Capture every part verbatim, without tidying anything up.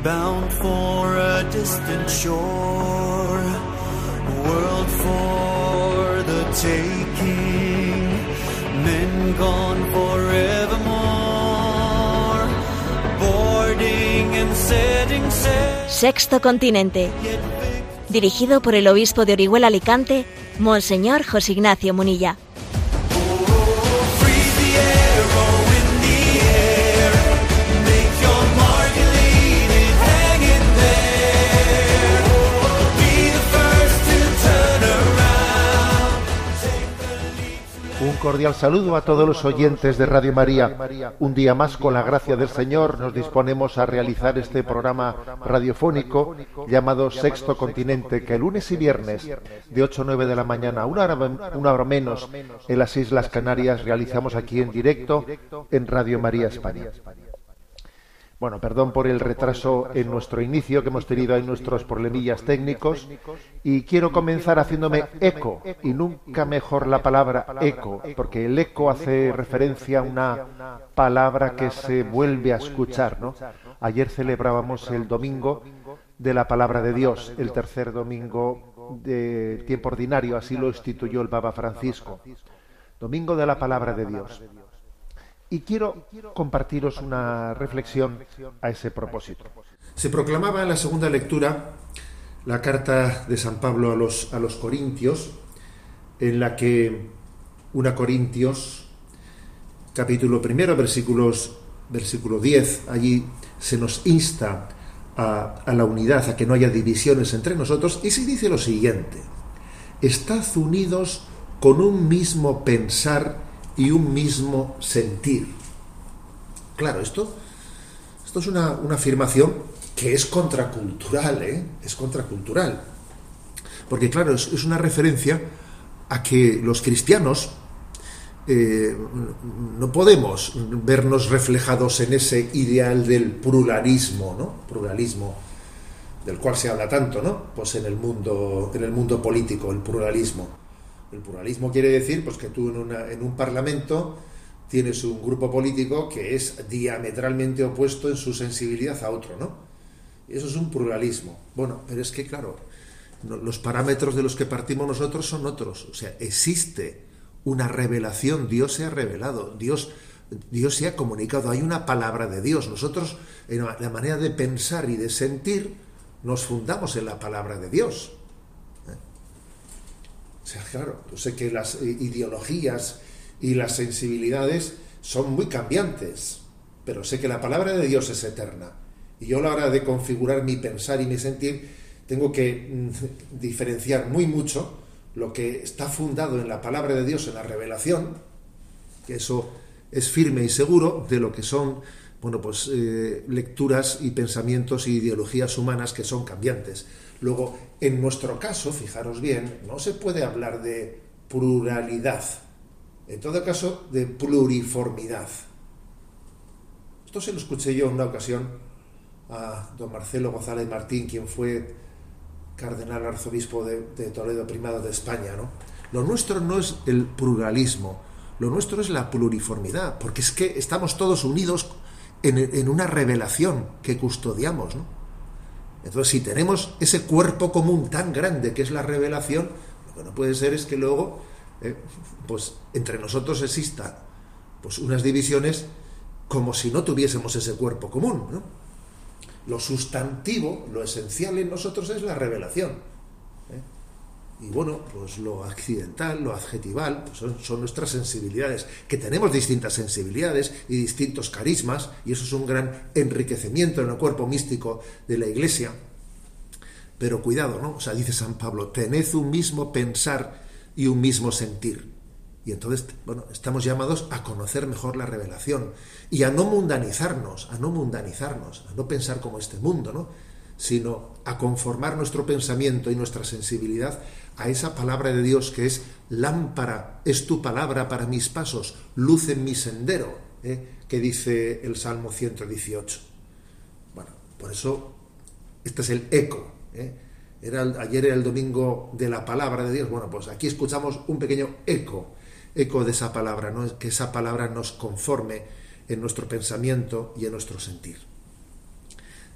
bound for a distant shore, a world for the taking, men gone forevermore, boarding and setting sail. Sexto Continente, dirigido por el obispo de Orihuela Alicante, Monseñor José Ignacio Munilla. Un cordial saludo a todos los oyentes de Radio María. Un día más, con la gracia del Señor, nos disponemos a realizar este programa radiofónico llamado Sexto Continente, que lunes y viernes de ocho a nueve de la mañana, una hora, una hora menos, en las Islas Canarias, realizamos aquí en directo en Radio María España. Bueno, perdón por el retraso en nuestro inicio, que hemos tenido ahí nuestros problemillas técnicos, y quiero comenzar haciéndome eco, y nunca mejor la palabra eco, porque el eco hace referencia a una palabra que se vuelve a escuchar, ¿no? Ayer celebrábamos el domingo de la palabra de Dios, el tercer domingo de tiempo ordinario, así lo instituyó el Papa Francisco. Domingo de la palabra de Dios. Y quiero compartiros una reflexión a ese propósito. Se proclamaba en la segunda lectura la carta de San Pablo a los, a los Corintios, en la que una Corintios, capítulo primero, versículos, versículo diez, allí se nos insta a, a la unidad, a que no haya divisiones entre nosotros, y se dice lo siguiente: estad unidos con un mismo pensar y un mismo sentir. Claro, esto, esto es una, una afirmación que es contracultural, ¿eh? Es contracultural. Porque, claro, es, es una referencia a que los cristianos eh, no podemos vernos reflejados en ese ideal del pluralismo, ¿no? Pluralismo del cual se habla tanto, ¿no? Pues en el mundo, en el mundo político, el pluralismo. El pluralismo quiere decir pues que tú en, una, en un parlamento tienes un grupo político que es diametralmente opuesto en su sensibilidad a otro, ¿no? Y eso es un pluralismo. Bueno, pero es que, claro, no, los parámetros de los que partimos nosotros son otros. O sea, existe una revelación, Dios se ha revelado, Dios, Dios se ha comunicado, hay una palabra de Dios. Nosotros, en la manera de pensar y de sentir, nos fundamos en la palabra de Dios. O sea, claro, yo sé que las ideologías y las sensibilidades son muy cambiantes, pero sé que la palabra de Dios es eterna. Y yo a la hora de configurar mi pensar y mi sentir, tengo que mm, diferenciar muy mucho lo que está fundado en la palabra de Dios, en la revelación, que eso es firme y seguro, de lo que son, bueno, pues eh, lecturas y pensamientos y ideologías humanas que son cambiantes. Luego, en nuestro caso, fijaros bien, no se puede hablar de pluralidad, en todo caso de pluriformidad. Esto se lo escuché yo en una ocasión a don Marcelo González Martín, quien fue cardenal arzobispo de, de Toledo, primado de España, ¿no? Lo nuestro no es el pluralismo, lo nuestro es la pluriformidad, porque es que estamos todos unidos en, en una revelación que custodiamos, ¿no? Entonces, si tenemos ese cuerpo común tan grande que es la revelación, lo que no puede ser es que luego, eh, pues, entre nosotros exista pues unas divisiones como si no tuviésemos ese cuerpo común, ¿no? Lo sustantivo, lo esencial en nosotros es la revelación, ¿eh? Y bueno, pues lo accidental, lo adjetival, pues son, son nuestras sensibilidades, que tenemos distintas sensibilidades y distintos carismas, y eso es un gran enriquecimiento en el cuerpo místico de la Iglesia. Pero cuidado, ¿no? O sea, dice San Pablo, tened un mismo pensar y un mismo sentir. Y entonces, bueno, estamos llamados a conocer mejor la revelación y a no mundanizarnos, a no mundanizarnos, a no pensar como este mundo, ¿no? Sino a conformar nuestro pensamiento y nuestra sensibilidad a esa palabra de Dios que es lámpara, es tu palabra para mis pasos, luz en mi sendero, ¿eh? Que dice el Salmo ciento dieciocho. Bueno, por eso este es el eco, ¿eh? Era el, ayer era el domingo de la palabra de Dios. Bueno, pues aquí escuchamos un pequeño eco, eco de esa palabra, ¿no? Que esa palabra nos conforme en nuestro pensamiento y en nuestro sentir.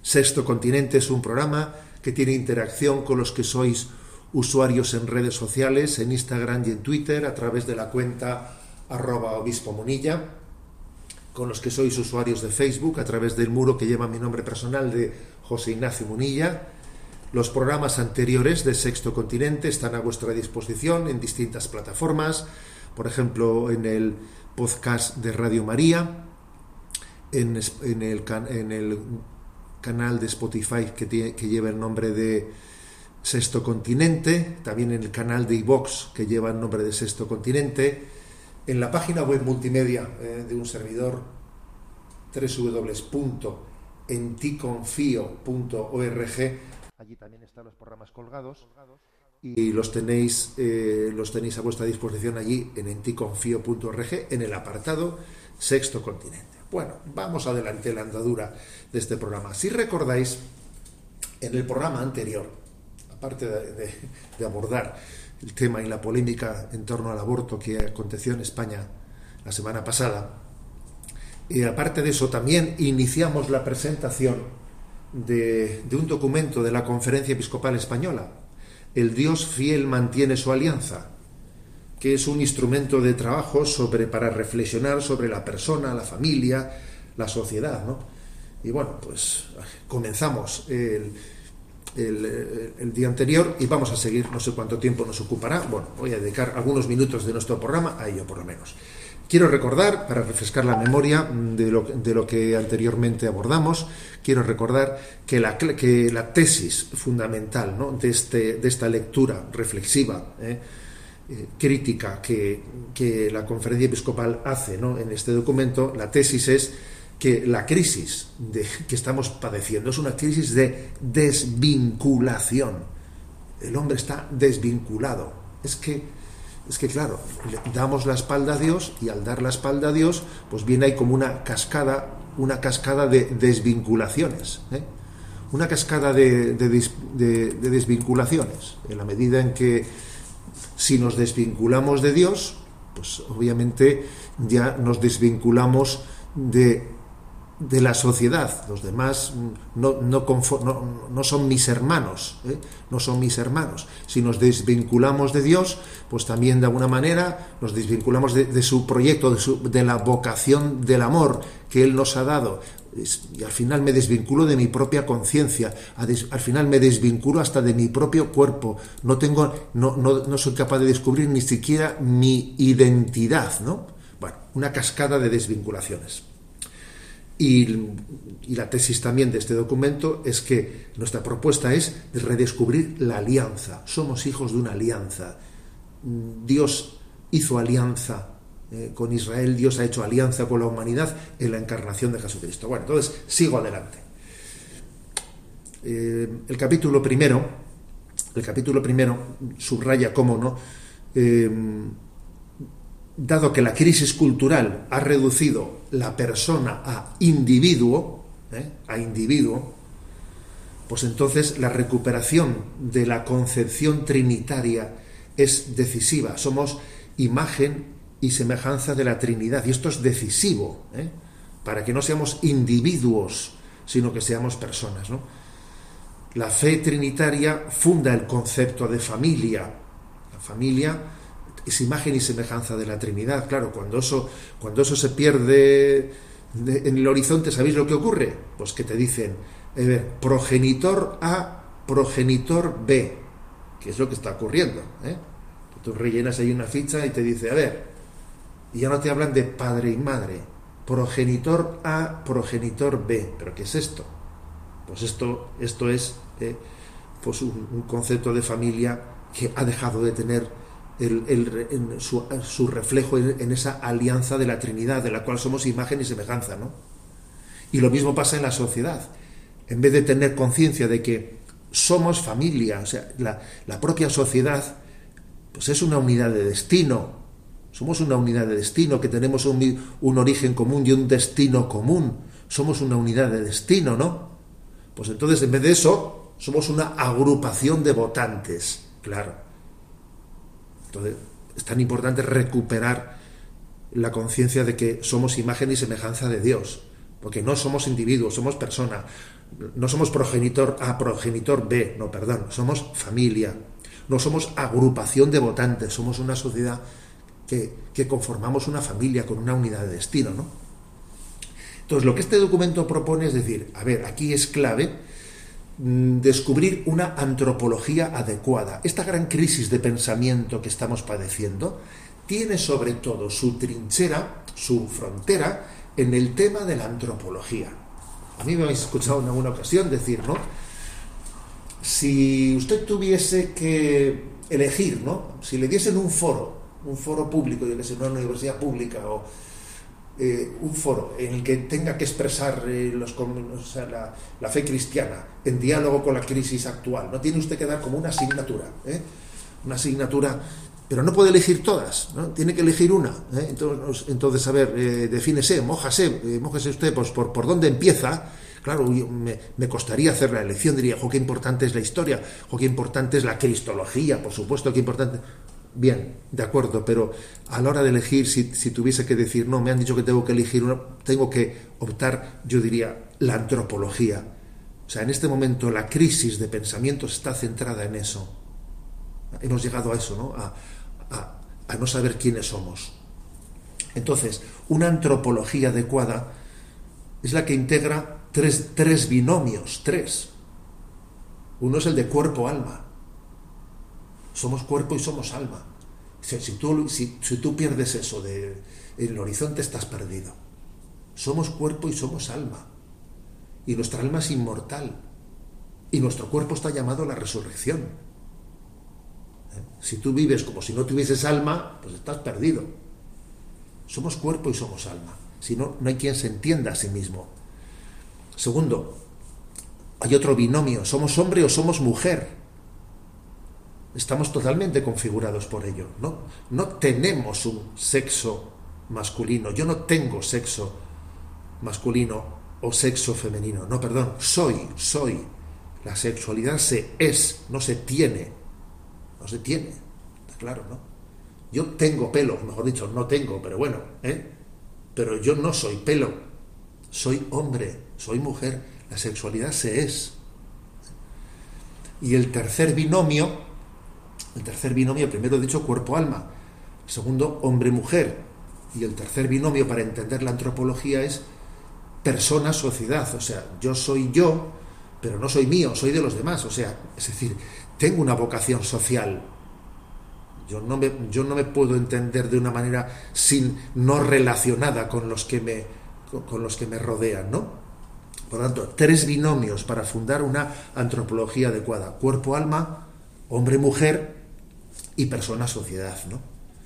Sexto Continente es un programa que tiene interacción con los que sois usuarios en redes sociales, en Instagram y en Twitter, a través de la cuenta arroba obispo munilla, con los que sois usuarios de Facebook, a través del muro que lleva mi nombre personal de José Ignacio Munilla. Los programas anteriores de Sexto Continente están a vuestra disposición en distintas plataformas, por ejemplo, en el podcast de Radio María, en, en, el, en el canal de Spotify que, tiene, que lleva el nombre de Sexto Continente, también en el canal de iVoox que lleva el nombre de Sexto Continente, en la página web multimedia eh, de un servidor, doble u doble u doble u punto en ti confío punto org. Allí también están los programas colgados y los tenéis eh, los tenéis a vuestra disposición allí en en ti confío punto org, en el apartado Sexto Continente. Bueno, vamos adelante la andadura de este programa. Si recordáis, en el programa anterior, aparte de, de, de abordar el tema y la polémica en torno al aborto que aconteció en España la semana pasada, y aparte de eso también iniciamos la presentación de, de un documento de la Conferencia Episcopal Española, El Dios fiel mantiene su alianza, que es un instrumento de trabajo sobre, para reflexionar sobre la persona, la familia, la sociedad, ¿no? Y bueno, pues comenzamos el, el, el día anterior y vamos a seguir, no sé cuánto tiempo nos ocupará. Bueno, voy a dedicar algunos minutos de nuestro programa a ello, por lo menos. Quiero recordar, para refrescar la memoria de lo, de lo que anteriormente abordamos, quiero recordar que la, que la tesis fundamental, ¿no?, de, este, de esta lectura reflexiva, ¿eh? Eh, crítica que, que la Conferencia Episcopal hace, ¿no?, en este documento, la tesis es que la crisis de, que estamos padeciendo es una crisis de desvinculación. El hombre está desvinculado. Es que, es que claro, le damos la espalda a Dios y al dar la espalda a Dios, pues viene ahí como una cascada, una cascada de desvinculaciones, ¿eh? Una cascada de, de, de, de desvinculaciones, en la medida en que si nos desvinculamos de Dios, pues obviamente ya nos desvinculamos de, de la sociedad. Los demás no, no, conform, no, no son mis hermanos, ¿eh? no son mis hermanos. Si nos desvinculamos de Dios, pues también de alguna manera nos desvinculamos de, de su proyecto, de, su, de la vocación del amor que Él nos ha dado. Y al final me desvinculo de mi propia conciencia, al final me desvinculo hasta de mi propio cuerpo, no tengo, no, no, no soy capaz de descubrir ni siquiera mi identidad, ¿no? Bueno, una cascada de desvinculaciones. Y, y la tesis también de este documento es que nuestra propuesta es redescubrir la alianza. Somos hijos de una alianza. Dios hizo alianza Eh, con Israel, Dios ha hecho alianza con la humanidad en la encarnación de Jesucristo. Bueno, entonces sigo adelante. Eh, el capítulo primero, el capítulo primero subraya cómo no, eh, dado que la crisis cultural ha reducido la persona a individuo, eh, a individuo, pues entonces la recuperación de la concepción trinitaria es decisiva. Somos imagen y semejanza de la Trinidad, y esto es decisivo, ¿eh? para que no seamos individuos, sino que seamos personas, ¿no? La fe trinitaria funda el concepto de familia. La familia es imagen y semejanza de la Trinidad. Claro, cuando eso, cuando eso se pierde de, en el horizonte, ¿sabéis lo que ocurre? Pues que te dicen, eh, progenitor A, progenitor B, que es lo que está ocurriendo, ¿eh? Tú rellenas ahí una ficha y te dice, a ver, y ya no te hablan de padre y madre, progenitor A, progenitor B. ¿Pero qué es esto? Pues esto, esto es eh, pues un, un concepto de familia que ha dejado de tener el, el, en su, su reflejo en, en esa alianza de la Trinidad, de la cual somos imagen y semejanza, ¿no? Y lo mismo pasa en la sociedad. En vez de tener conciencia de que somos familia, o sea, la, la propia sociedad, pues es una unidad de destino. Somos una unidad de destino, que tenemos un, un origen común y un destino común. Somos una unidad de destino, ¿no? Pues entonces, en vez de eso, somos una agrupación de votantes, claro. Entonces, es tan importante recuperar la conciencia de que somos imagen y semejanza de Dios. porque no somos individuos, somos persona, no somos progenitor A, progenitor B, no, perdón, somos familia, no somos agrupación de votantes, somos una sociedad que, que conformamos una familia con una unidad de destino, ¿no? Entonces, lo que este documento propone es decir, a ver, aquí es clave mmm, descubrir una antropología adecuada. Esta gran crisis de pensamiento que estamos padeciendo tiene sobre todo su trinchera, su frontera, en el tema de la antropología. A mí me habéis escuchado en alguna ocasión decir, ¿no? Si usted tuviese que elegir, ¿no? Si le diesen un foro, un foro público, yo que sé, una universidad pública o eh, un foro en el que tenga que expresar eh, los, o sea, la, la fe cristiana en diálogo con la crisis actual, no tiene usted que dar como una asignatura, ¿eh? Una asignatura, pero no puede elegir todas, ¿no? Tiene que elegir una, ¿eh? Entonces, entonces, a ver, eh, defínese, mójase, eh, mójese usted pues, por, por dónde empieza. Claro, yo, me, me costaría hacer la elección, diría, jo, qué importante es la historia, jo, qué importante es la cristología, por supuesto, qué importante. Bien, de acuerdo, pero a la hora de elegir, si, si tuviese que decir, no, me han dicho que tengo que elegir una, tengo que optar, yo diría, la antropología. O sea, en este momento la crisis de pensamiento está centrada en eso. Hemos llegado a eso, ¿no? A, a, a no saber quiénes somos. Entonces, una antropología adecuada es la que integra tres, tres binomios, tres. Uno es el de cuerpo-alma. Somos cuerpo y somos alma. Si, si, tú, si, si tú pierdes eso de, en el horizonte, estás perdido. Somos cuerpo y somos alma. Y nuestra alma es inmortal. Y nuestro cuerpo está llamado a la resurrección. ¿Eh? Si tú vives como si no tuvieses alma, pues estás perdido. Somos cuerpo y somos alma. Si no, no hay quien se entienda a sí mismo. Segundo, hay otro binomio. ¿Somos hombre o somos mujer? Estamos totalmente configurados por ello, ¿no? No tenemos un sexo masculino. Yo no tengo sexo masculino o sexo femenino. No, perdón. Soy, soy. La sexualidad se es, no se tiene. No se tiene. Está claro, ¿no? Yo tengo pelo, mejor dicho, no tengo, pero bueno, ¿eh? Pero yo no soy pelo. Soy hombre, soy mujer. La sexualidad se es. Y el tercer binomio... El tercer binomio, primero he dicho cuerpo-alma, segundo hombre-mujer, y el tercer binomio para entender la antropología es persona-sociedad, o sea, yo soy yo, pero no soy mío, soy de los demás, o sea, es decir, tengo una vocación social, yo no me, yo no me puedo entender de una manera sin, no relacionada con los que me, con, con los que me rodean, ¿no? Por lo tanto, tres binomios para fundar una antropología adecuada, cuerpo-alma, hombre-mujer y persona-sociedad, ¿no?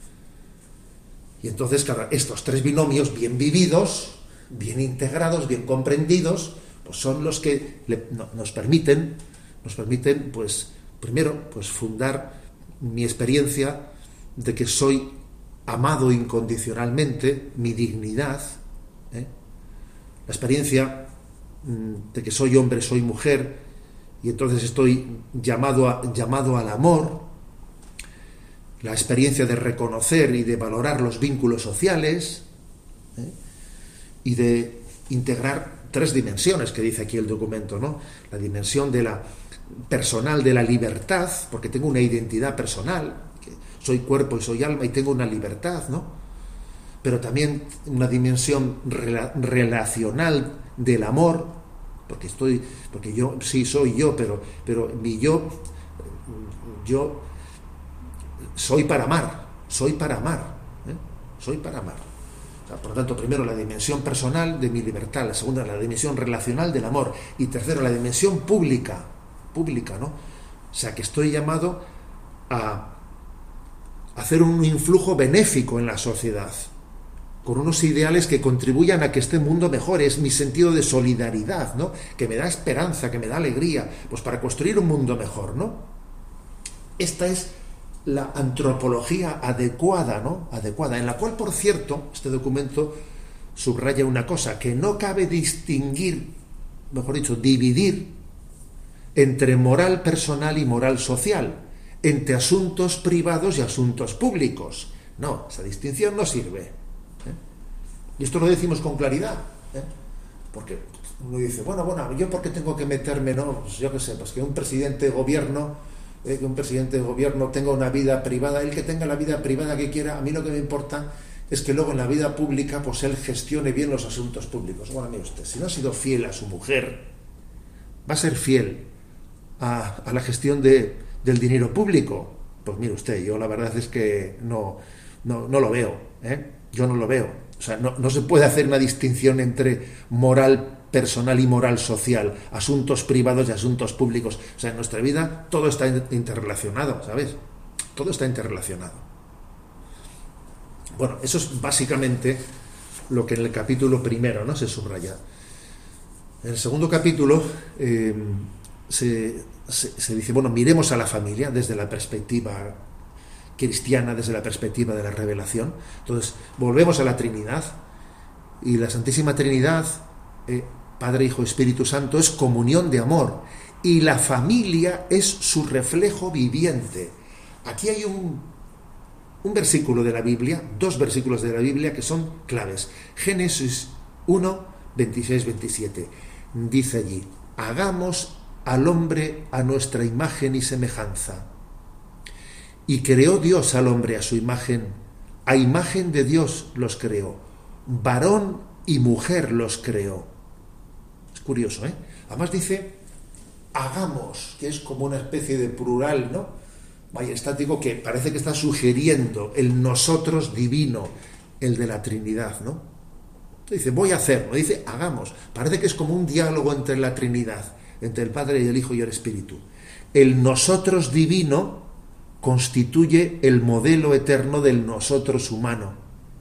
Y entonces, claro, estos tres binomios bien vividos, bien integrados, bien comprendidos, pues son los que le, no, nos permiten, nos permiten, pues, primero, pues fundar mi experiencia de que soy amado incondicionalmente, mi dignidad, ¿eh? La experiencia mmm, de que soy hombre, soy mujer, y entonces estoy llamado, a, llamado al amor, la experiencia de reconocer y de valorar los vínculos sociales, ¿eh? Y de integrar tres dimensiones que dice aquí el documento, ¿no? La dimensión de la personal de la libertad, porque tengo una identidad personal, que soy cuerpo y soy alma y tengo una libertad, ¿no? Pero también una dimensión rela- relacional del amor, porque estoy, porque yo sí soy yo, pero, pero mi yo, yo soy para amar, soy para amar, ¿eh? soy para amar. O sea, por lo tanto, primero la dimensión personal de mi libertad, la segunda la dimensión relacional del amor y tercero la dimensión pública, pública, ¿no? O sea, que estoy llamado a hacer un influjo benéfico en la sociedad, con unos ideales que contribuyan a que este mundo mejore. Es mi sentido de solidaridad, ¿no? Que me da esperanza, que me da alegría, pues para construir un mundo mejor, ¿no? Esta es la antropología adecuada, ¿no? Adecuada, en la cual, por cierto, este documento subraya una cosa, que no cabe distinguir, mejor dicho, dividir entre moral personal y moral social, entre asuntos privados y asuntos públicos. No, esa distinción no sirve. ¿eh? Y esto lo decimos con claridad. ¿eh? Porque uno dice, bueno, bueno, ¿yo por qué tengo que meterme? No, pues yo qué sé, pues que un presidente de gobierno, eh, que un presidente de gobierno tenga una vida privada, él que tenga la vida privada que quiera, a mí lo que me importa es que luego en la vida pública, pues él gestione bien los asuntos públicos. Bueno, mire usted, si no ha sido fiel a su mujer, va a ser fiel a, a la gestión de, del dinero público. Pues mire usted, yo la verdad es que no, no, no lo veo, ¿eh? Yo no lo veo. O sea, no, no se puede hacer una distinción entre moral personal y moral social, asuntos privados y asuntos públicos. O sea, en nuestra vida todo está interrelacionado, ¿sabes? Todo está interrelacionado. Bueno, eso es básicamente lo que en el capítulo primero, ¿no?, se subraya. En el segundo capítulo eh, se, se, se dice, bueno, miremos a la familia desde la perspectiva cristiana, desde la perspectiva de la revelación. Entonces, volvemos a la Trinidad, y la Santísima Trinidad, eh, Padre, Hijo, Espíritu Santo, es comunión de amor, y la familia es su reflejo viviente. Aquí hay un, un versículo de la Biblia, dos versículos de la Biblia que son claves. Génesis uno, veintiséis veintisiete. Dice allí, hagamos al hombre a nuestra imagen y semejanza. Y creó Dios al hombre a su imagen, a imagen de Dios los creó, varón y mujer los creó. Es curioso, ¿eh? Además dice, hagamos, que es como una especie de plural, ¿no?, majestático, que parece que está sugiriendo el nosotros divino, el de la Trinidad, ¿no? Dice, voy a hacer, no dice, hagamos. Parece que es como un diálogo entre la Trinidad, entre el Padre y el Hijo y el Espíritu. El nosotros divino constituye el modelo eterno del nosotros humano,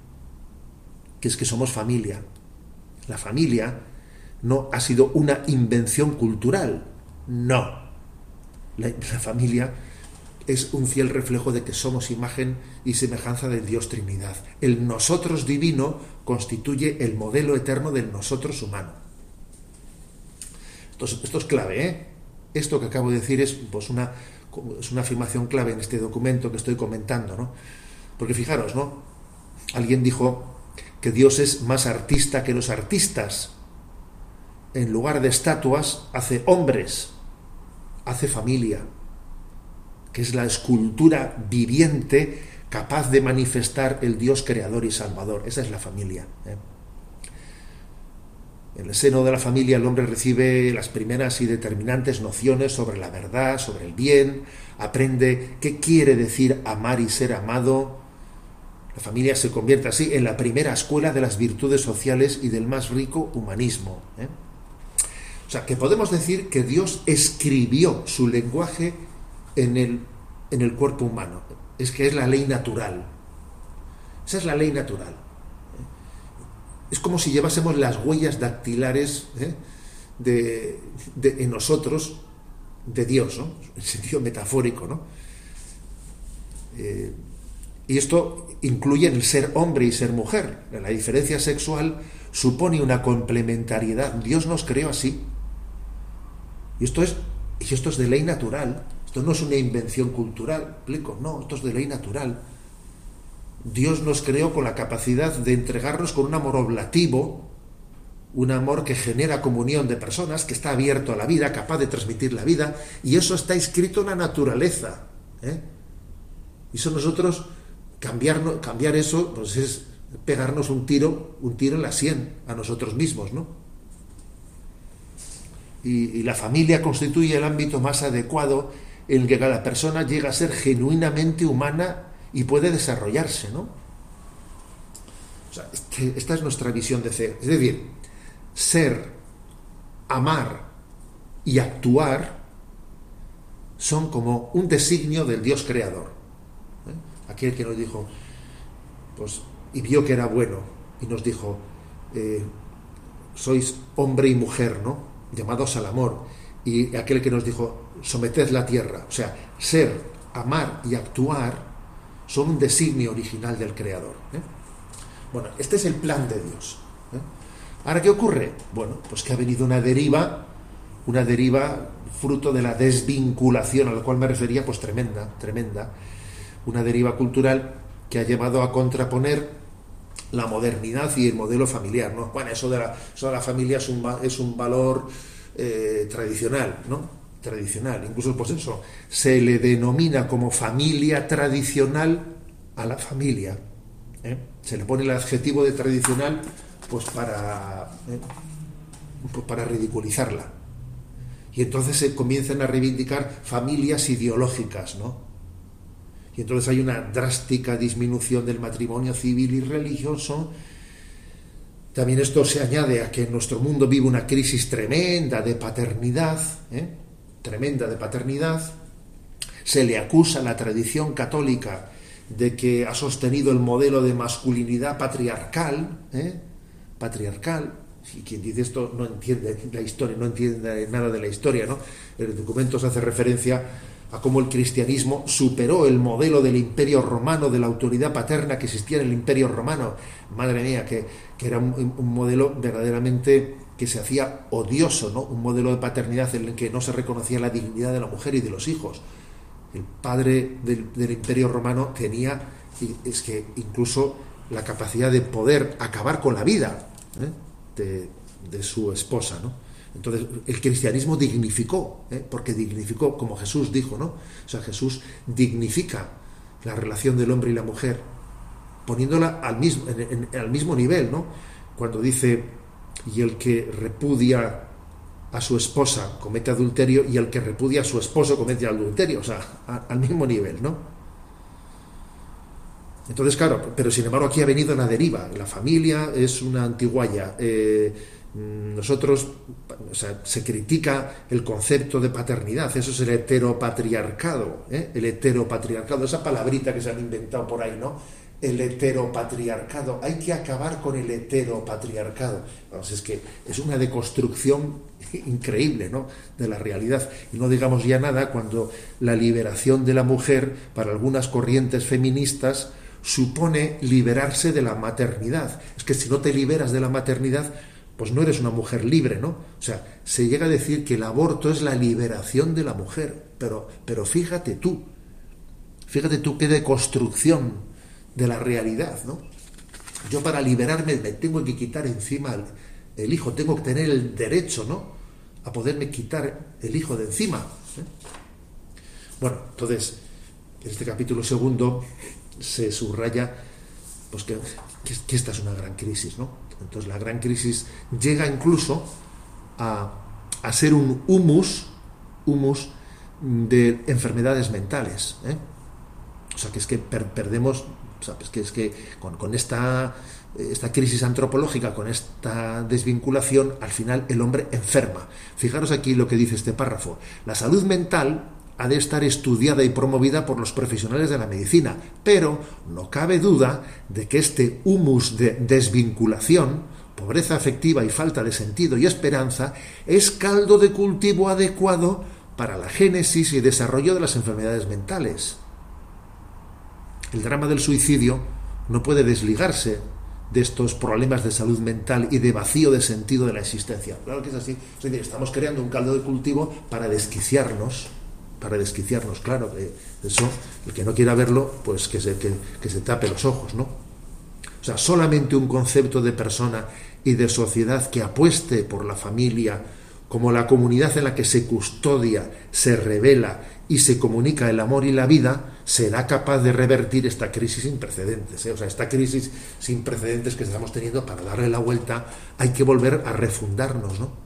que es que somos familia. La familia no ha sido una invención cultural, no. La, la familia es un fiel reflejo de que somos imagen y semejanza del Dios Trinidad. El nosotros divino constituye el modelo eterno del nosotros humano. Esto es, esto es clave, ¿eh? Esto que acabo de decir es, pues, una, es una afirmación clave en este documento que estoy comentando, ¿no? Porque fijaros, ¿no? Alguien dijo que Dios es más artista que los artistas. En lugar de estatuas, hace hombres, hace familia, que es la escultura viviente capaz de manifestar el Dios creador y salvador. Esa es la familia, ¿eh? En el seno de la familia el hombre recibe las primeras y determinantes nociones sobre la verdad, sobre el bien, aprende qué quiere decir amar y ser amado. La familia se convierte así en la primera escuela de las virtudes sociales y del más rico humanismo, ¿eh? O sea, que podemos decir que Dios escribió su lenguaje en el, en el cuerpo humano. Es que es la ley natural. Esa es la ley natural. Es como si llevásemos las huellas dactilares, ¿eh?, de, de, en nosotros, de Dios, ¿no?, en sentido metafórico, ¿no? Eh, y esto incluye el ser hombre y ser mujer. La diferencia sexual supone una complementariedad. Dios nos creó así. Y esto es, y esto es de ley natural. Esto no es una invención cultural, explico, no, esto es de ley natural. Dios nos creó con la capacidad de entregarnos con un amor oblativo, un amor que genera comunión de personas, que está abierto a la vida, capaz de transmitir la vida, y eso está inscrito en la naturaleza, ¿eh? Y eso nosotros, cambiarnos, cambiar eso, pues es pegarnos un tiro, un tiro en la sien a nosotros mismos, ¿no? Y, y la familia constituye el ámbito más adecuado en el que cada persona llega a ser genuinamente humana y puede desarrollarse, ¿no? O sea, este, esta es nuestra visión de ser. Es decir, ser, amar y actuar son como un designio del Dios creador, ¿eh? Aquel que nos dijo, pues, y vio que era bueno, y nos dijo, eh, sois hombre y mujer, ¿no?, llamados al amor, y aquel que nos dijo, someted la tierra. O sea, ser, amar y actuar son un designio original del Creador, ¿eh? Bueno, este es el plan de Dios, ¿eh? Ahora, ¿qué ocurre? Bueno, pues que ha venido una deriva, una deriva fruto de la desvinculación, a la cual me refería, pues tremenda, tremenda, una deriva cultural que ha llevado a contraponer la modernidad y el modelo familiar, ¿no? Bueno, eso de la, eso de la familia es un, es un valor eh, tradicional, ¿no? Tradicional, incluso pues eso, se le denomina como familia tradicional a la familia, ¿eh? Se le pone el adjetivo de tradicional pues para, ¿eh? pues para ridiculizarla, y entonces se comienzan a reivindicar familias ideológicas, ¿no? Y entonces hay una drástica disminución del matrimonio civil y religioso. También esto se añade a que en nuestro mundo vive una crisis tremenda de paternidad, ¿eh? tremenda de paternidad. Se le acusa a la tradición católica de que ha sostenido el modelo de masculinidad patriarcal, ¿eh? patriarcal. Y quien dice esto no entiende la historia, no entiende nada de la historia, ¿no? El documento se hace referencia a cómo el cristianismo superó el modelo del imperio romano, de la autoridad paterna que existía en el imperio romano. Madre mía, que, que era un, un modelo verdaderamente que se hacía odioso, ¿no? Un modelo de paternidad en el que no se reconocía la dignidad de la mujer y de los hijos. El padre del, del imperio romano tenía, es que incluso la capacidad de poder acabar con la vida, ¿eh? de, de su esposa, ¿no? Entonces el cristianismo dignificó, ¿eh? porque dignificó, como Jesús dijo, ¿no? O sea, Jesús dignifica la relación del hombre y la mujer, poniéndola al mismo, en, en, al mismo nivel, ¿no? Cuando dice, y el que repudia a su esposa comete adulterio, y el que repudia a su esposo comete adulterio, o sea, a, al mismo nivel, ¿no? Entonces, claro, pero sin embargo aquí ha venido una deriva. La familia es una antigualla. Eh, nosotros, o sea, se critica el concepto de paternidad, eso es el heteropatriarcado, ¿eh? el heteropatriarcado, esa palabrita que se han inventado por ahí, ¿no? El heteropatriarcado, hay que acabar con el heteropatriarcado. Vamos, es que es una deconstrucción increíble, ¿no? de la realidad, y no digamos ya nada cuando la liberación de la mujer para algunas corrientes feministas supone liberarse de la maternidad. Es que si no te liberas de la maternidad, pues no eres una mujer libre, ¿no? O sea, se llega a decir que el aborto es la liberación de la mujer, pero, pero fíjate tú, fíjate tú qué deconstrucción de la realidad, ¿no? Yo para liberarme me tengo que quitar encima el, el hijo, tengo que tener el derecho, ¿no?, a poderme quitar el hijo de encima, ¿eh? Bueno, entonces, en este capítulo segundo se subraya pues que, que, que esta es una gran crisis, ¿no? Entonces la gran crisis llega incluso a, a ser un humus, humus de enfermedades mentales, ¿eh? O sea, que es que per, perdemos, o sea, es que, es que con, con esta, esta crisis antropológica, con esta desvinculación, al final el hombre enferma. Fijaros aquí lo que dice este párrafo. La salud mental ha de estar estudiada y promovida por los profesionales de la medicina, pero no cabe duda de que este humus de desvinculación, pobreza afectiva y falta de sentido y esperanza es caldo de cultivo adecuado para la génesis y desarrollo de las enfermedades mentales. El drama del suicidio no puede desligarse de estos problemas de salud mental y de vacío de sentido de la existencia. Claro que es así. Es decir, estamos creando un caldo de cultivo para desquiciarnos, para desquiciarnos, claro, que eso, el que no quiera verlo, pues que se, que, que se tape los ojos, ¿no? O sea, solamente un concepto de persona y de sociedad que apueste por la familia como la comunidad en la que se custodia, se revela y se comunica el amor y la vida, será capaz de revertir esta crisis sin precedentes, ¿eh? O sea, esta crisis sin precedentes que estamos teniendo, para darle la vuelta hay que volver a refundarnos, ¿no?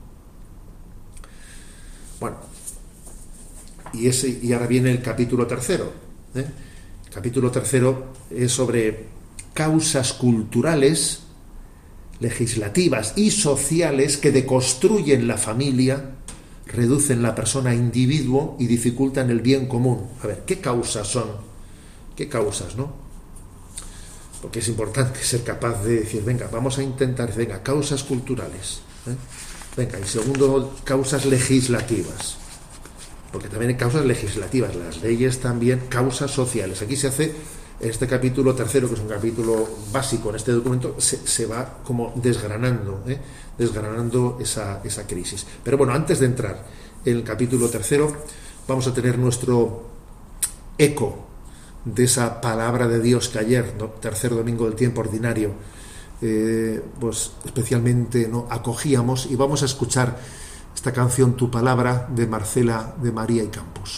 Bueno, Y, ese, y ahora viene el capítulo tercero. ¿eh? El capítulo tercero es sobre causas culturales, legislativas y sociales que deconstruyen la familia, reducen la persona a individuo y dificultan el bien común. A ver, ¿qué causas son? ¿Qué causas, no? Porque es importante ser capaz de decir, venga, vamos a intentar, venga, causas culturales. ¿eh? Venga, y segundo, causas legislativas. Porque también hay causas legislativas, las leyes también, causas sociales. Aquí se hace, en este capítulo tercero, que es un capítulo básico en este documento, se, se va como desgranando, ¿eh? desgranando esa, esa crisis. Pero bueno, antes de entrar en el capítulo tercero, vamos a tener nuestro eco de esa palabra de Dios que ayer, ¿no? tercer domingo del tiempo ordinario, eh, pues especialmente, ¿no?, acogíamos. Y vamos a escuchar esta canción Tu Palabra de Marcela de María y Campos.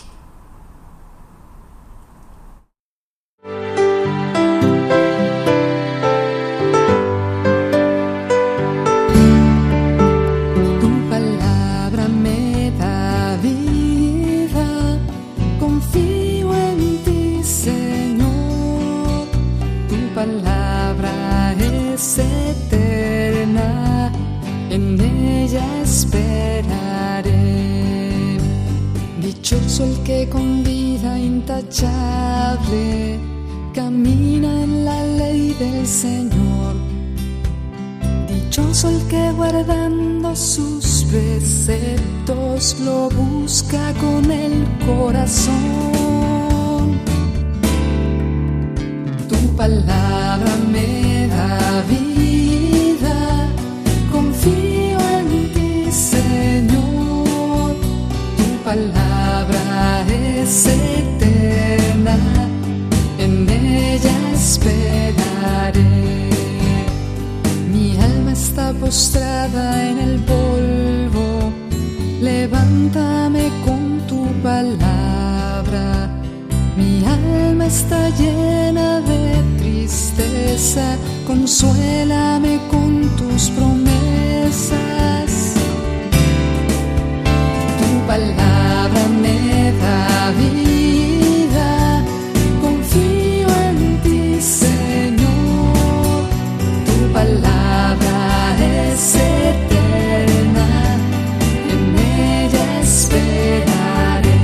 Dichoso el que con vida intachable camina en la ley del Señor. Dichoso el que guardando sus preceptos lo busca con el corazón. Tu palabra me da vida, confío en ti, Señor. Tu palabra es eterna, en ella esperaré. Mi alma está postrada en el polvo, levántame con tu palabra. Mi alma está llena de tristeza, consuélame con tus promesas. Tu palabra me da vida, confío en ti, Señor. Tu palabra es eterna, en ella esperaré.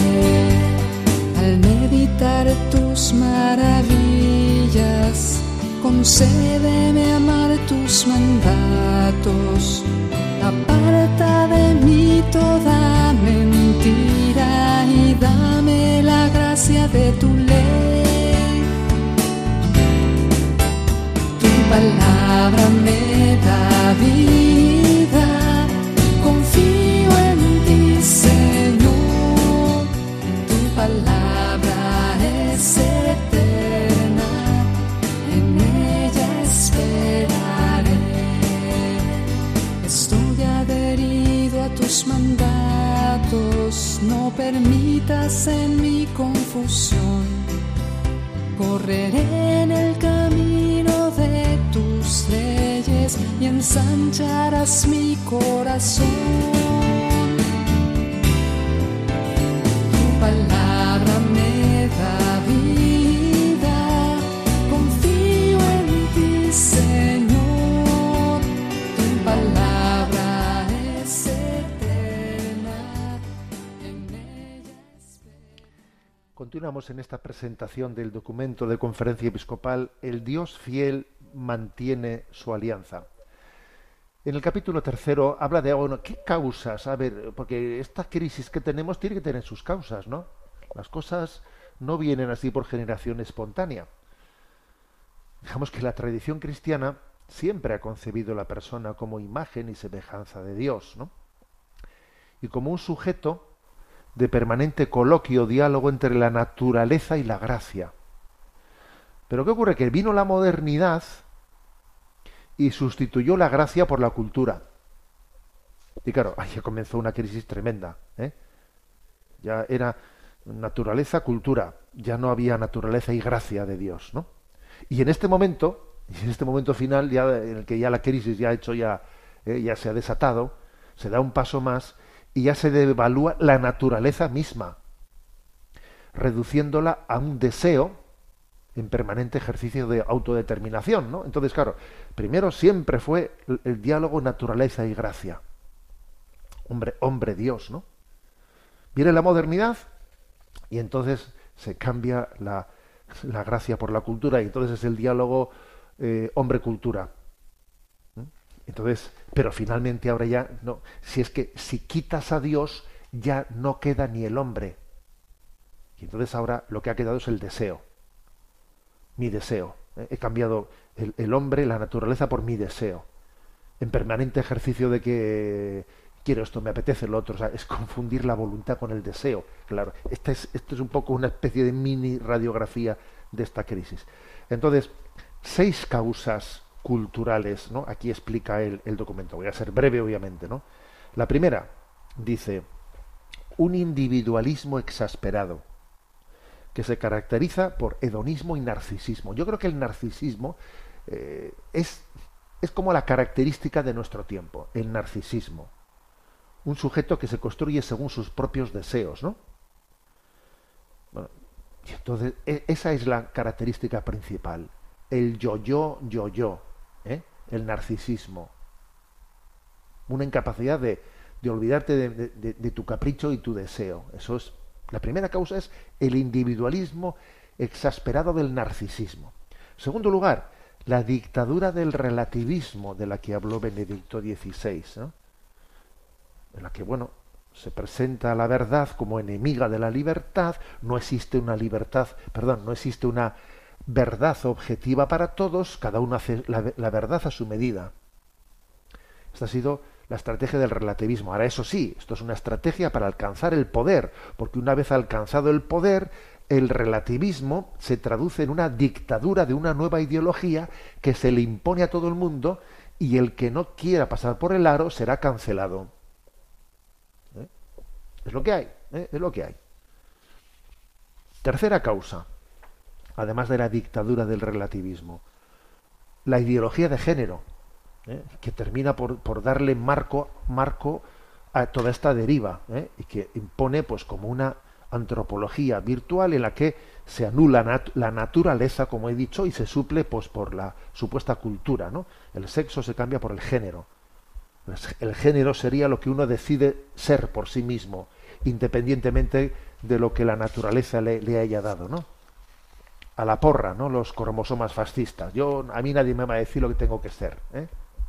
Al meditar tus maravillas, concédeme amar tus mandatos. Aparta de mí toda mentira y dame la gracia de tu ley. Tu palabra me da vida, confío en ti, Señor. Tu palabra es eterna, en ella esperaré. Estoy adherido a tus mandatos, no permitas en mi confusión. Correré en el camino de tus leyes y ensancharás mi corazón. Tu palabra me da vida, confío en ti, Señor. Tu palabra es eterna, en ella espero. Continuamos en esta presentación del documento de Conferencia Episcopal El Dios fiel mantiene su alianza. En el capítulo tercero habla de, bueno, ¿qué causas? A ver, porque esta crisis que tenemos tiene que tener sus causas, ¿no? Las cosas no vienen así por generación espontánea. Digamos que la tradición cristiana siempre ha concebido a la persona como imagen y semejanza de Dios, ¿no? Y como un sujeto de permanente coloquio, diálogo entre la naturaleza y la gracia. Pero ¿qué ocurre? Que vino la modernidad y sustituyó la gracia por la cultura. Y claro, ahí ya comenzó una crisis tremenda, ¿eh? Ya era naturaleza, cultura, ya no había naturaleza y gracia de Dios, ¿no? Y en este momento, y en este momento final, ya en el que ya la crisis ya ha hecho ya, eh, ya se ha desatado, se da un paso más y ya se devalúa la naturaleza misma, reduciéndola a un deseo en permanente ejercicio de autodeterminación, ¿no? Entonces, claro, primero siempre fue el, el diálogo naturaleza y gracia. Hombre, hombre Dios, ¿no? Viene la modernidad y entonces se cambia la, la gracia por la cultura y entonces es el diálogo eh, hombre-cultura. ¿Mm? Entonces, pero finalmente ahora ya no. Si es que si quitas a Dios ya no queda ni el hombre. Y entonces ahora lo que ha quedado es el deseo. Mi deseo. ¿eh? He cambiado el, el hombre, la naturaleza por mi deseo. En permanente ejercicio de que quiero esto, me apetece lo otro. O sea, es confundir la voluntad con el deseo. Claro, esta es, esto es un poco una especie de mini radiografía de esta crisis. Entonces, seis causas culturales, ¿no? Aquí explica el, el documento. Voy a ser breve, obviamente, ¿no? La primera dice: un individualismo exasperado que se caracteriza por hedonismo y narcisismo. Yo creo que el narcisismo eh, es, es como la característica de nuestro tiempo, el narcisismo. Un sujeto que se construye según sus propios deseos, ¿no? Bueno, y entonces e- esa es la característica principal. El yo-yo, yo-yo, ¿eh? El narcisismo. Una incapacidad de, de olvidarte de, de, de tu capricho y tu deseo. Eso es. La primera causa es el individualismo exasperado del narcisismo. En segundo lugar, la dictadura del relativismo de la que habló Benedicto dieciséis, ¿no? En la que, bueno, se presenta la verdad como enemiga de la libertad. No existe una libertad, perdón, no existe una verdad objetiva para todos, cada uno hace la, la verdad a su medida. Esta ha sido la estrategia del relativismo. Ahora, eso sí, esto es una estrategia para alcanzar el poder, porque una vez alcanzado el poder, el relativismo se traduce en una dictadura de una nueva ideología que se le impone a todo el mundo, y el que no quiera pasar por el aro será cancelado. ¿Eh? Es lo que hay, ¿eh? Es lo que hay. Tercera causa, además de la dictadura del relativismo, la ideología de género, ¿eh? que termina por, por darle marco, marco a toda esta deriva, ¿eh? y que impone pues como una antropología virtual en la que se anula nat- la naturaleza, como he dicho, y se suple pues por la supuesta cultura, ¿no? El sexo se cambia por el género. El género sería lo que uno decide ser por sí mismo, independientemente de lo que la naturaleza le, le haya dado, ¿no? A la porra, ¿no? Los cromosomas fascistas. Yo, a mí nadie me va a decir lo que tengo que ser, ¿eh?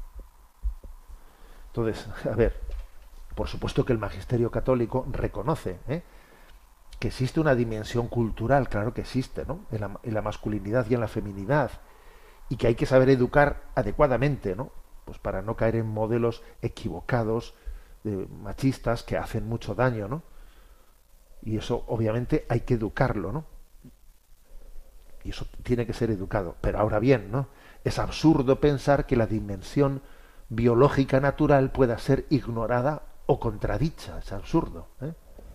Entonces, a ver, por supuesto que el magisterio católico reconoce, ¿eh? que existe una dimensión cultural, claro que existe, ¿no? En la, en la masculinidad y en la feminidad, y que hay que saber educar adecuadamente, ¿no? Pues para no caer en modelos equivocados, de machistas, que hacen mucho daño, ¿no? Y eso, obviamente, hay que educarlo, ¿no? Y eso tiene que ser educado. Pero ahora bien, ¿no? Es absurdo pensar que la dimensión biológica natural pueda ser ignorada o contradicha. Es absurdo, ¿eh?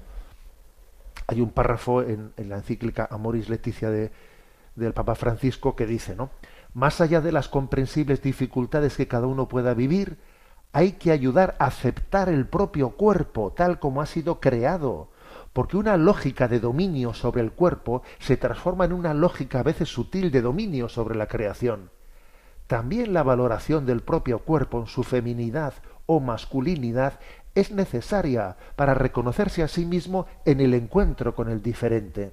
Hay un párrafo en, en la encíclica Amoris Laetitia de, del Papa Francisco que dice, ¿no? Más allá de las comprensibles dificultades que cada uno pueda vivir, hay que ayudar a aceptar el propio cuerpo tal como ha sido creado, porque una lógica de dominio sobre el cuerpo se transforma en una lógica a veces sutil de dominio sobre la creación. También la valoración del propio cuerpo en su feminidad o masculinidad es necesaria para reconocerse a sí mismo en el encuentro con el diferente.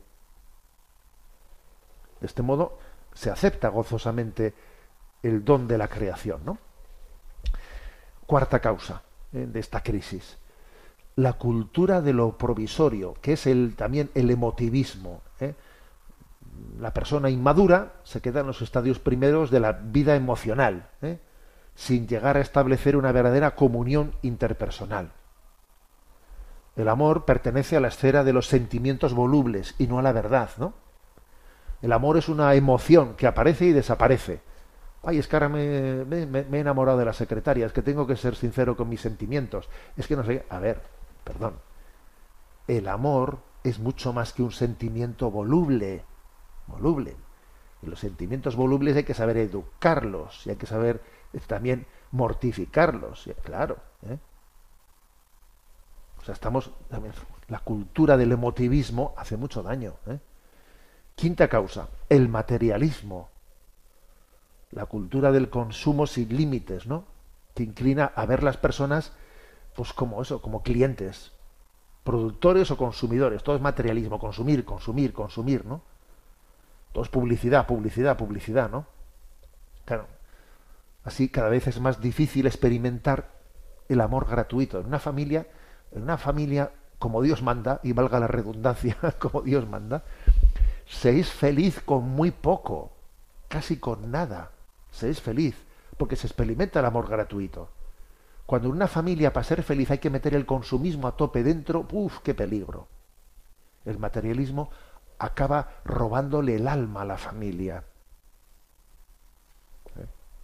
De este modo se acepta gozosamente el don de la creación, ¿no? Cuarta causa, ¿eh? de esta crisis: la cultura de lo provisorio, que es el, también el emotivismo, ¿eh? La persona inmadura se queda en los estadios primeros de la vida emocional, ¿eh? sin llegar a establecer una verdadera comunión interpersonal. El amor pertenece a la esfera de los sentimientos volubles y no a la verdad, ¿no? El amor es una emoción que aparece y desaparece. Ay, es que ahora me, me, me he enamorado de la secretaria, es que tengo que ser sincero con mis sentimientos. Es que no sé... A ver, perdón. El amor es mucho más que un sentimiento voluble. Voluble. Y los sentimientos volubles hay que saber educarlos y hay que saber también mortificarlos. Claro, ¿eh? O sea, estamos... La cultura del emotivismo hace mucho daño, ¿eh? Quinta causa, el materialismo. La cultura del consumo sin límites, ¿no? Que inclina a ver las personas, pues como eso, como clientes, productores o consumidores. Todo es materialismo, consumir, consumir, consumir, ¿no? Todo es publicidad, publicidad, publicidad, ¿no? Claro. Así cada vez es más difícil experimentar el amor gratuito. En una familia, en una familia como Dios manda, y valga la redundancia, como Dios manda, se es feliz con muy poco, casi con nada. Se es feliz, porque se experimenta el amor gratuito. Cuando en una familia, para ser feliz, hay que meter el consumismo a tope dentro, ¡uf, qué peligro! El materialismo acaba robándole el alma a la familia. ¿Eh?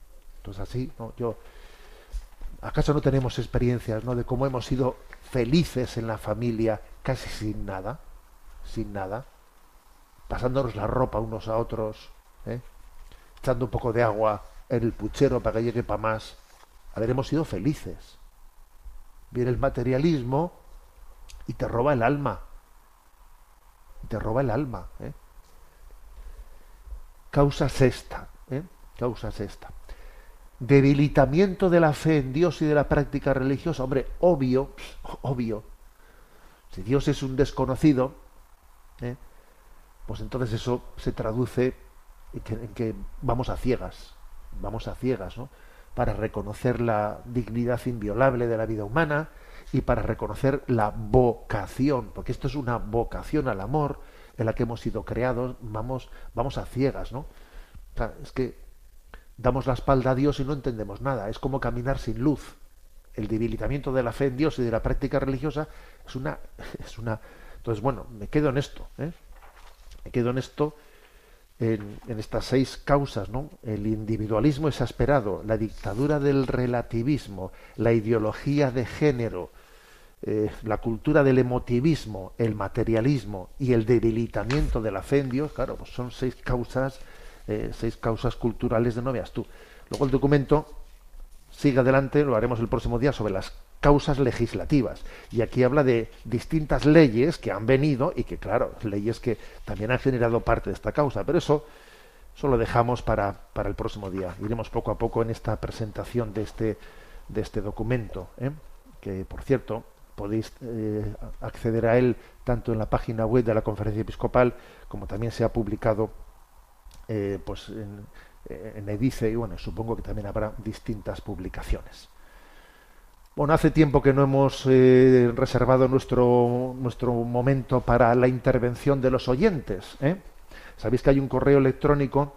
Esto es así, ¿no? Yo, ¿acaso no tenemos experiencias, ¿no?, de cómo hemos sido felices en la familia casi sin nada, sin nada, pasándonos la ropa unos a otros, ¿eh?, echando un poco de agua en el puchero para que llegue para más? A ver, hemos sido felices. Viene el materialismo y te roba el alma. Te roba el alma. ¿eh? Causa sexta. ¿eh? Causa sexta. Debilitamiento de la fe en Dios y de la práctica religiosa. Hombre, obvio, obvio. Si Dios es un desconocido, ¿eh?, pues entonces eso se traduce en que, en que vamos a ciegas. Vamos a ciegas, ¿no?, para reconocer la dignidad inviolable de la vida humana y para reconocer la vocación, porque esto es una vocación al amor en la que hemos sido creados. Vamos, vamos a ciegas, ¿no? O sea, es que damos la espalda a Dios y no entendemos nada. Es como caminar sin luz. El debilitamiento de la fe en Dios y de la práctica religiosa es una, es una. Entonces, bueno, me quedo en esto, ¿eh? Me quedo en esto. En, en estas seis causas, ¿no? El individualismo exasperado, la dictadura del relativismo, la ideología de género, eh, la cultura del emotivismo, el materialismo y el debilitamiento de la fe en Dios. Claro, pues son seis causas, eh, seis causas culturales de no veas tú. Luego el documento sigue adelante, lo haremos el próximo día, sobre las causas legislativas. Y aquí habla de distintas leyes que han venido y que, claro, leyes que también han generado parte de esta causa. Pero eso, eso lo dejamos para, para el próximo día. Iremos poco a poco en esta presentación de este, de este documento, ¿eh? Que, por cierto, podéis eh, acceder a él tanto en la página web de la Conferencia Episcopal como también se ha publicado eh, pues en, en Edice, y bueno, supongo que también habrá distintas publicaciones. Bueno, hace tiempo que no hemos eh, reservado nuestro, nuestro momento para la intervención de los oyentes, ¿eh? Sabéis que hay un correo electrónico,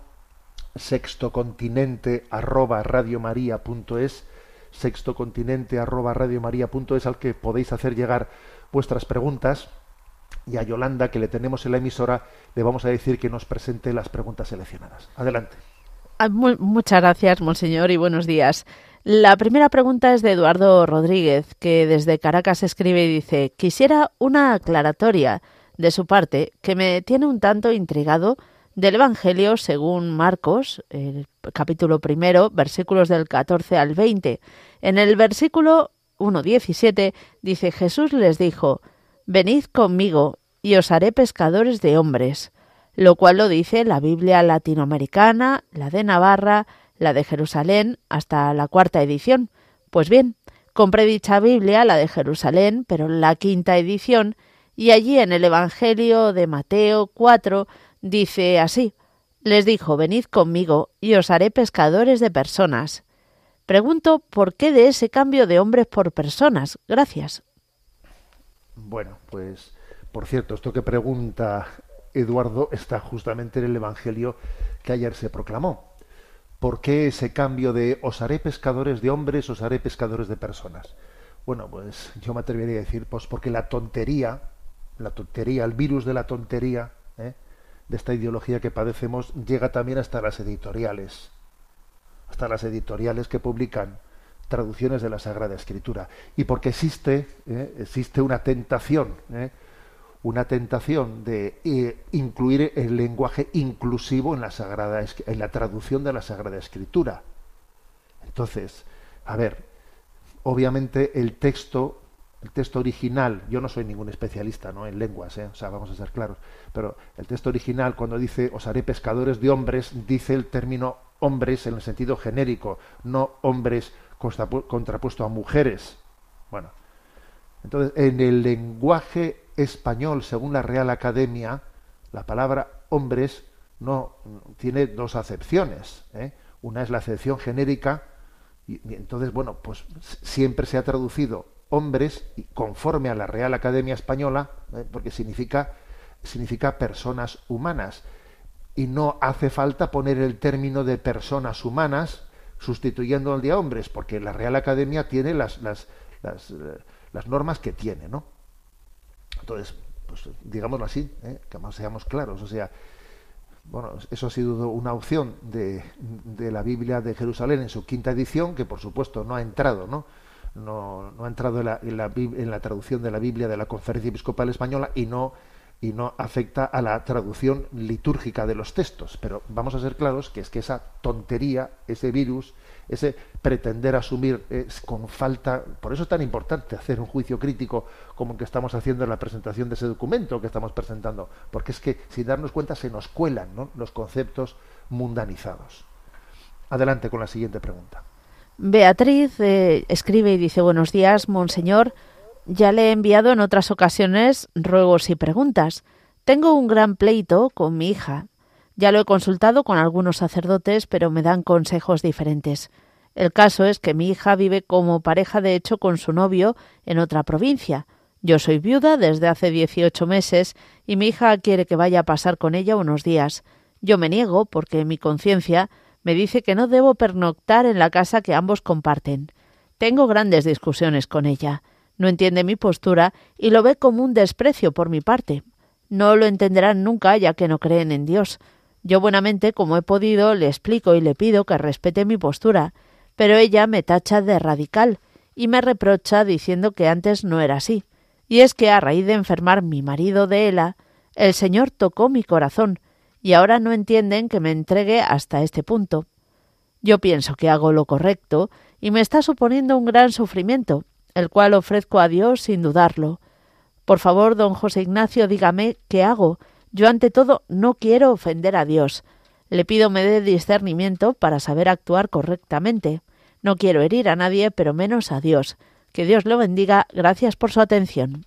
sextocontinente arroba radiomaria punto es, sextocontinente arroba radiomaria punto es, al que podéis hacer llegar vuestras preguntas, y a Yolanda, que le tenemos en la emisora, le vamos a decir que nos presente las preguntas seleccionadas. Adelante. Muchas gracias, monseñor, y buenos días. La primera pregunta es de Eduardo Rodríguez, que desde Caracas escribe y dice: quisiera una aclaratoria de su parte, que me tiene un tanto intrigado, del Evangelio según Marcos, el capítulo primero, versículos del catorce al veinte. En el versículo uno diecisiete dice: Jesús les dijo: venid conmigo y os haré pescadores de hombres, lo cual lo dice la Biblia latinoamericana, la de Navarra, la de Jerusalén, hasta la cuarta edición. Pues bien, compré dicha Biblia, la de Jerusalén, pero la quinta edición, y allí en el Evangelio de Mateo cuatro dice así: les dijo: venid conmigo y os haré pescadores de personas. Pregunto por qué de ese cambio de hombres por personas. Gracias. Bueno, pues, por cierto, esto que pregunta Eduardo está justamente en el Evangelio que ayer se proclamó. ¿Por qué ese cambio de os haré pescadores de hombres, os haré pescadores de personas? Bueno, pues yo me atrevería a decir, pues porque la tontería, la tontería, el virus de la tontería, ¿eh?, de esta ideología que padecemos, llega también hasta las editoriales, hasta las editoriales que publican traducciones de la Sagrada Escritura. Y porque existe, ¿eh? existe una tentación, ¿eh? una tentación de eh, incluir el lenguaje inclusivo en la Sagrada, en la traducción de la Sagrada Escritura. Entonces, a ver, obviamente el texto, el texto original, yo no soy ningún especialista, ¿no?, en lenguas, ¿eh? o sea, vamos a ser claros, pero el texto original, cuando dice os haré pescadores de hombres, dice el término hombres en el sentido genérico, no hombres contrapuesto a mujeres. Bueno, entonces, en el lenguaje español, según la Real Academia, la palabra hombres no tiene dos acepciones, ¿eh? Una es la acepción genérica, y, y entonces, bueno, pues siempre se ha traducido hombres y conforme a la Real Academia Española, ¿eh? porque significa, significa personas humanas, y no hace falta poner el término de personas humanas sustituyendo al de hombres, porque la Real Academia tiene las, las, las, las normas que tiene, ¿no? Entonces, pues digámoslo así, ¿eh? que más seamos claros, o sea, bueno, eso ha sido una opción de, de la Biblia de Jerusalén en su quinta edición, que por supuesto no ha entrado, ¿no? No, no ha entrado en la, en, la, en la traducción de la Biblia de la Conferencia Episcopal Española y no, y no afecta a la traducción litúrgica de los textos. Pero vamos a ser claros que es que esa tontería, ese virus, ese pretender asumir eh, con falta, por eso es tan importante hacer un juicio crítico como el que estamos haciendo en la presentación de ese documento que estamos presentando, porque es que sin darnos cuenta se nos cuelan, ¿no?, los conceptos mundanizados. Adelante con la siguiente pregunta. Beatriz eh, escribe y dice: buenos días, monseñor. Ya le he enviado en otras ocasiones ruegos y preguntas. Tengo un gran pleito con mi hija. Ya lo he consultado con algunos sacerdotes, pero me dan consejos diferentes. El caso es que mi hija vive como pareja de hecho con su novio en otra provincia. Yo soy viuda desde hace dieciocho meses y mi hija quiere que vaya a pasar con ella unos días. Yo me niego porque mi conciencia me dice que no debo pernoctar en la casa que ambos comparten. Tengo grandes discusiones con ella. No entiende mi postura y lo ve como un desprecio por mi parte. No lo entenderán nunca, ya que no creen en Dios. Yo buenamente, como he podido, le explico y le pido que respete mi postura, pero ella me tacha de radical y me reprocha diciendo que antes no era así. Y es que a raíz de enfermar mi marido de ELA, el Señor tocó mi corazón, y ahora no entienden que me entregue hasta este punto. Yo pienso que hago lo correcto y me está suponiendo un gran sufrimiento, el cual ofrezco a Dios sin dudarlo. Por favor, don José Ignacio, dígame qué hago. Yo ante todo no quiero ofender a Dios. Le pido me dé discernimiento para saber actuar correctamente. No quiero herir a nadie, pero menos a Dios. Que Dios lo bendiga. Gracias por su atención.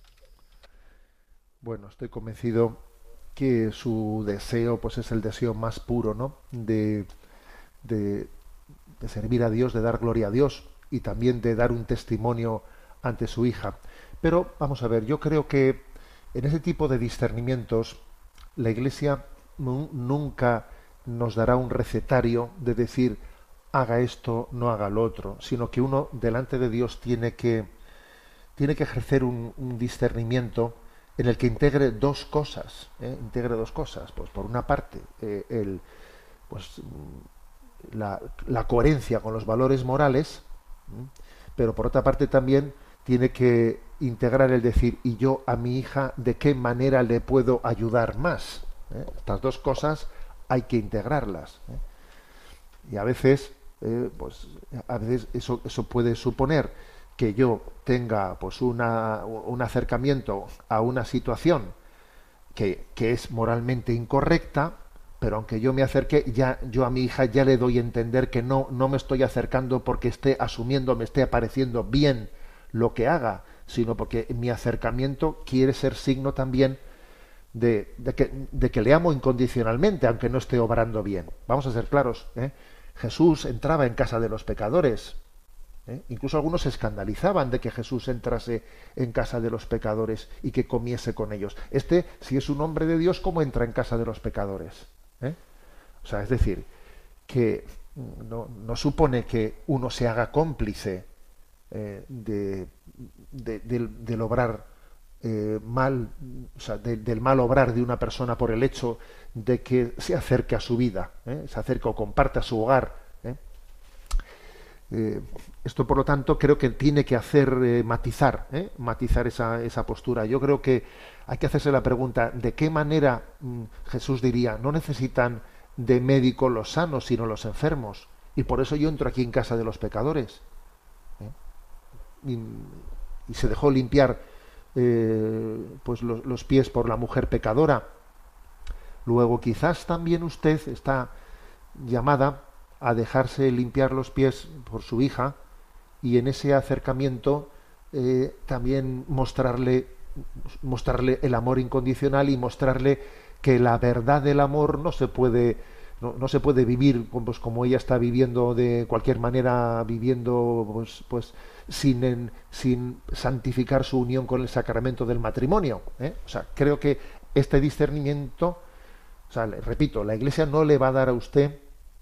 Bueno, estoy convencido que su deseo pues es el deseo más puro, ¿no?, de, de, de servir a Dios, de dar gloria a Dios y también de dar un testimonio ante su hija. Pero vamos a ver, yo creo que en ese tipo de discernimientos la Iglesia nu- nunca nos dará un recetario de decir haga esto, no haga lo otro, sino que uno delante de Dios tiene que tiene que ejercer un, un discernimiento en el que integre dos cosas, ¿eh? integre dos cosas. Pues por una parte, eh, el, pues, la, la coherencia con los valores morales, ¿eh? pero por otra parte también tiene que integrar el decir, y yo a mi hija, ¿de qué manera le puedo ayudar más? ¿Eh? Estas dos cosas hay que integrarlas. ¿eh? Y a veces, eh, pues, a veces eso, eso puede suponer que yo tenga pues una, un acercamiento a una situación que, que es moralmente incorrecta, pero aunque yo me acerque, ya yo a mi hija ya le doy a entender que no, no me estoy acercando porque esté asumiendo, me esté apareciendo bien lo que haga, sino porque mi acercamiento quiere ser signo también de, de, que, de que le amo incondicionalmente, aunque no esté obrando bien. Vamos a ser claros, ¿eh? Jesús entraba en casa de los pecadores. ¿Eh? Incluso algunos se escandalizaban de que Jesús entrase en casa de los pecadores y que comiese con ellos. Este, si es un hombre de Dios, ¿cómo entra en casa de los pecadores? ¿Eh? O sea, es decir, que no, no supone que uno se haga cómplice eh, de, de, de, del obrar eh, mal, o sea, de, del mal obrar de una persona por el hecho de que se acerque a su vida, ¿eh? se acerque o comparte a su hogar. ¿eh? Eh, esto, por lo tanto, creo que tiene que hacer eh, matizar, ¿eh? matizar esa, esa postura. Yo creo que hay que hacerse la pregunta, ¿de qué manera mmm, Jesús diría, no necesitan de médico los sanos, sino los enfermos? Y por eso yo entro aquí en casa de los pecadores. ¿eh? Y, y se dejó limpiar eh, pues los, los pies por la mujer pecadora. Luego, quizás también usted está llamada a dejarse limpiar los pies por su hija y en ese acercamiento eh, también mostrarle mostrarle el amor incondicional y mostrarle que la verdad del amor no se puede no, no se puede vivir pues, como ella está viviendo de cualquier manera, viviendo pues, pues sin en, sin santificar su unión con el sacramento del matrimonio. ¿eh? O sea, creo que este discernimiento, o sea, le, repito, la Iglesia no le va a dar a usted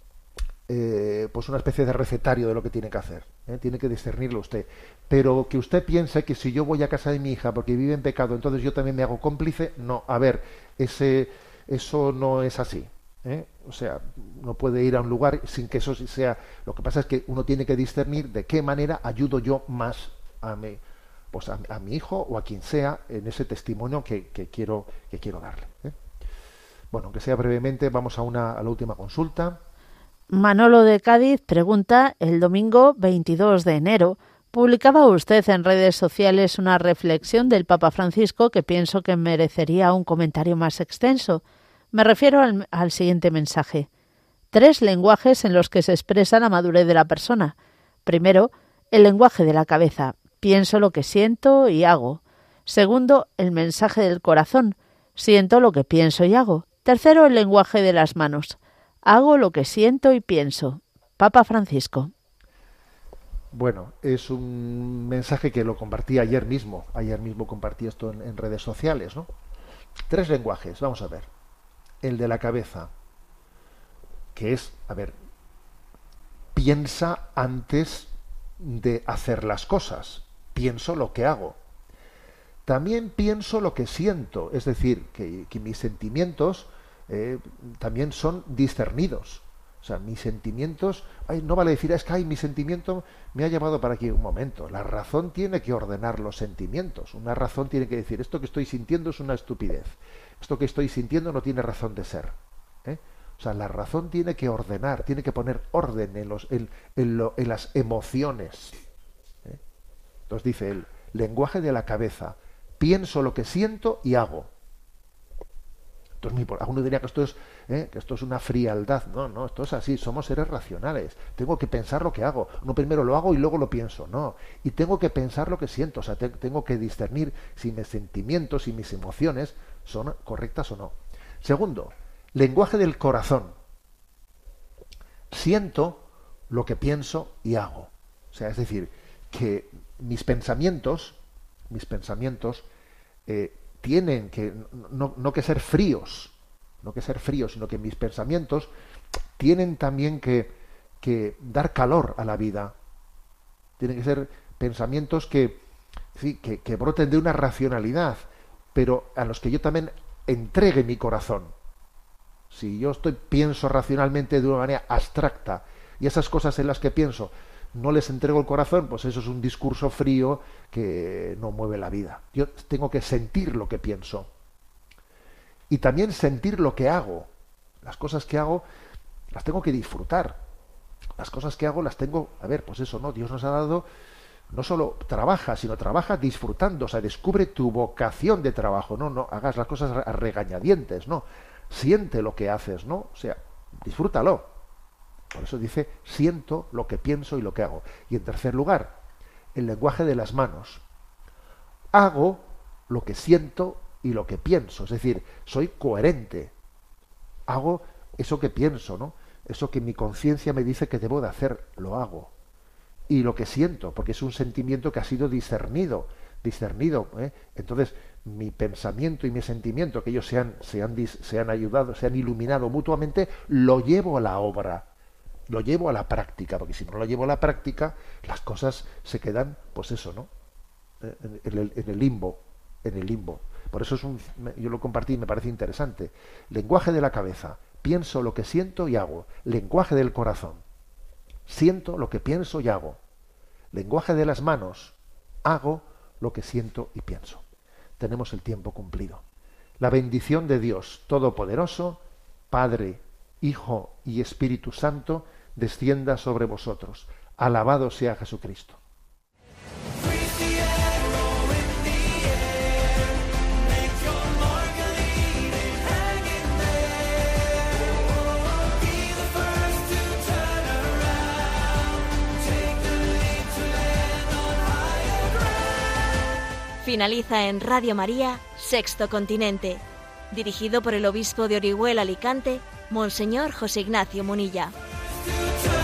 Eh, pues una especie de recetario de lo que tiene que hacer, ¿eh? tiene que discernirlo usted, pero que usted piense que si yo voy a casa de mi hija porque vive en pecado, entonces yo también me hago cómplice, no, a ver, ese, eso no es así, ¿eh? O sea, no puede ir a un lugar sin que eso sea... Lo que pasa es que uno tiene que discernir de qué manera ayudo yo más a mi, pues a, a mi hijo o a quien sea en ese testimonio que, que quiero que quiero darle, ¿eh? Bueno, aunque sea brevemente, vamos a, una, a la última consulta. Manolo de Cádiz pregunta: el domingo veintidós de enero publicaba usted en redes sociales una reflexión del Papa Francisco que pienso que merecería un comentario más extenso. Me refiero al, al siguiente mensaje. Tres lenguajes en los que se expresa la madurez de la persona. Primero, el lenguaje de la cabeza. Pienso lo que siento y hago. Segundo, el mensaje del corazón. Siento lo que pienso y hago. Tercero, el lenguaje de las manos. Hago lo que siento y pienso. Papa Francisco. Bueno, es un mensaje que lo compartí ayer mismo. Ayer mismo compartí esto en, en redes sociales, ¿no? Tres lenguajes, vamos a ver. El de la cabeza, que es, a ver, piensa antes de hacer las cosas. Pienso lo que hago. También pienso lo que siento, es decir, que, que mis sentimientos eh, también son discernidos. O sea, mis sentimientos, ay, no vale decir, es que ay, mi sentimiento me ha llevado para aquí. Un momento, la razón tiene que ordenar los sentimientos. Una razón tiene que decir, esto que estoy sintiendo es una estupidez. Esto que estoy sintiendo no tiene razón de ser, ¿eh? O sea, la razón tiene que ordenar, tiene que poner orden en, los, en, en, lo, en las emociones, ¿eh? Entonces dice el lenguaje de la cabeza. Pienso lo que siento y hago. Entonces, alguno diría que esto es ¿eh? que esto es una frialdad. No, no, esto es así. Somos seres racionales. Tengo que pensar lo que hago. No primero lo hago y luego lo pienso. No. Y tengo que pensar lo que siento. O sea, te, tengo que discernir si mis sentimientos y mis emociones son correctas o no. Segundo, lenguaje del corazón. Siento lo que pienso y hago. O sea, es decir, que mis pensamientos, mis pensamientos eh, tienen que no, no que ser fríos, no que ser fríos, sino que mis pensamientos tienen también que, que dar calor a la vida. Tienen que ser pensamientos que, sí, que, que broten de una racionalidad, pero a los que yo también entregue mi corazón. Si yo estoy pienso racionalmente de una manera abstracta y esas cosas en las que pienso no les entrego el corazón, pues eso es un discurso frío que no mueve la vida. Yo tengo que sentir lo que pienso y también sentir lo que hago. Las cosas que hago las tengo que disfrutar. Las cosas que hago las tengo, a ver, pues eso, ¿no? Dios nos ha dado, no solo trabaja, sino trabaja disfrutando. O sea, descubre tu vocación de trabajo, ¿no? No hagas las cosas a regañadientes, ¿no? Siente lo que haces, ¿no? O sea, disfrútalo. Por eso dice, siento lo que pienso y lo que hago. Y en tercer lugar, el lenguaje de las manos. Hago lo que siento y lo que pienso. Es decir, soy coherente. Hago eso que pienso, ¿no? Eso que mi conciencia me dice que debo de hacer, lo hago. Y lo que siento, porque es un sentimiento que ha sido discernido. discernido, ¿eh? Entonces, mi pensamiento y mi sentimiento, que ellos se han, se han, se han ayudado, se han iluminado mutuamente, lo llevo a la obra. Lo llevo a la práctica, porque si no lo llevo a la práctica, las cosas se quedan, pues eso, ¿no? En, en, el, en el limbo, en el limbo. Por eso es un, yo lo compartí y me parece interesante. Lenguaje de la cabeza. Pienso lo que siento y hago. Lenguaje del corazón. Siento lo que pienso y hago. Lenguaje de las manos. Hago lo que siento y pienso. Tenemos el tiempo cumplido. La bendición de Dios Todopoderoso, Padre, Hijo y Espíritu Santo, descienda sobre vosotros. Alabado sea Jesucristo. Finaliza en Radio María, Sexto Continente, dirigido por el obispo de Orihuela Alicante, Monseñor José Ignacio Munilla.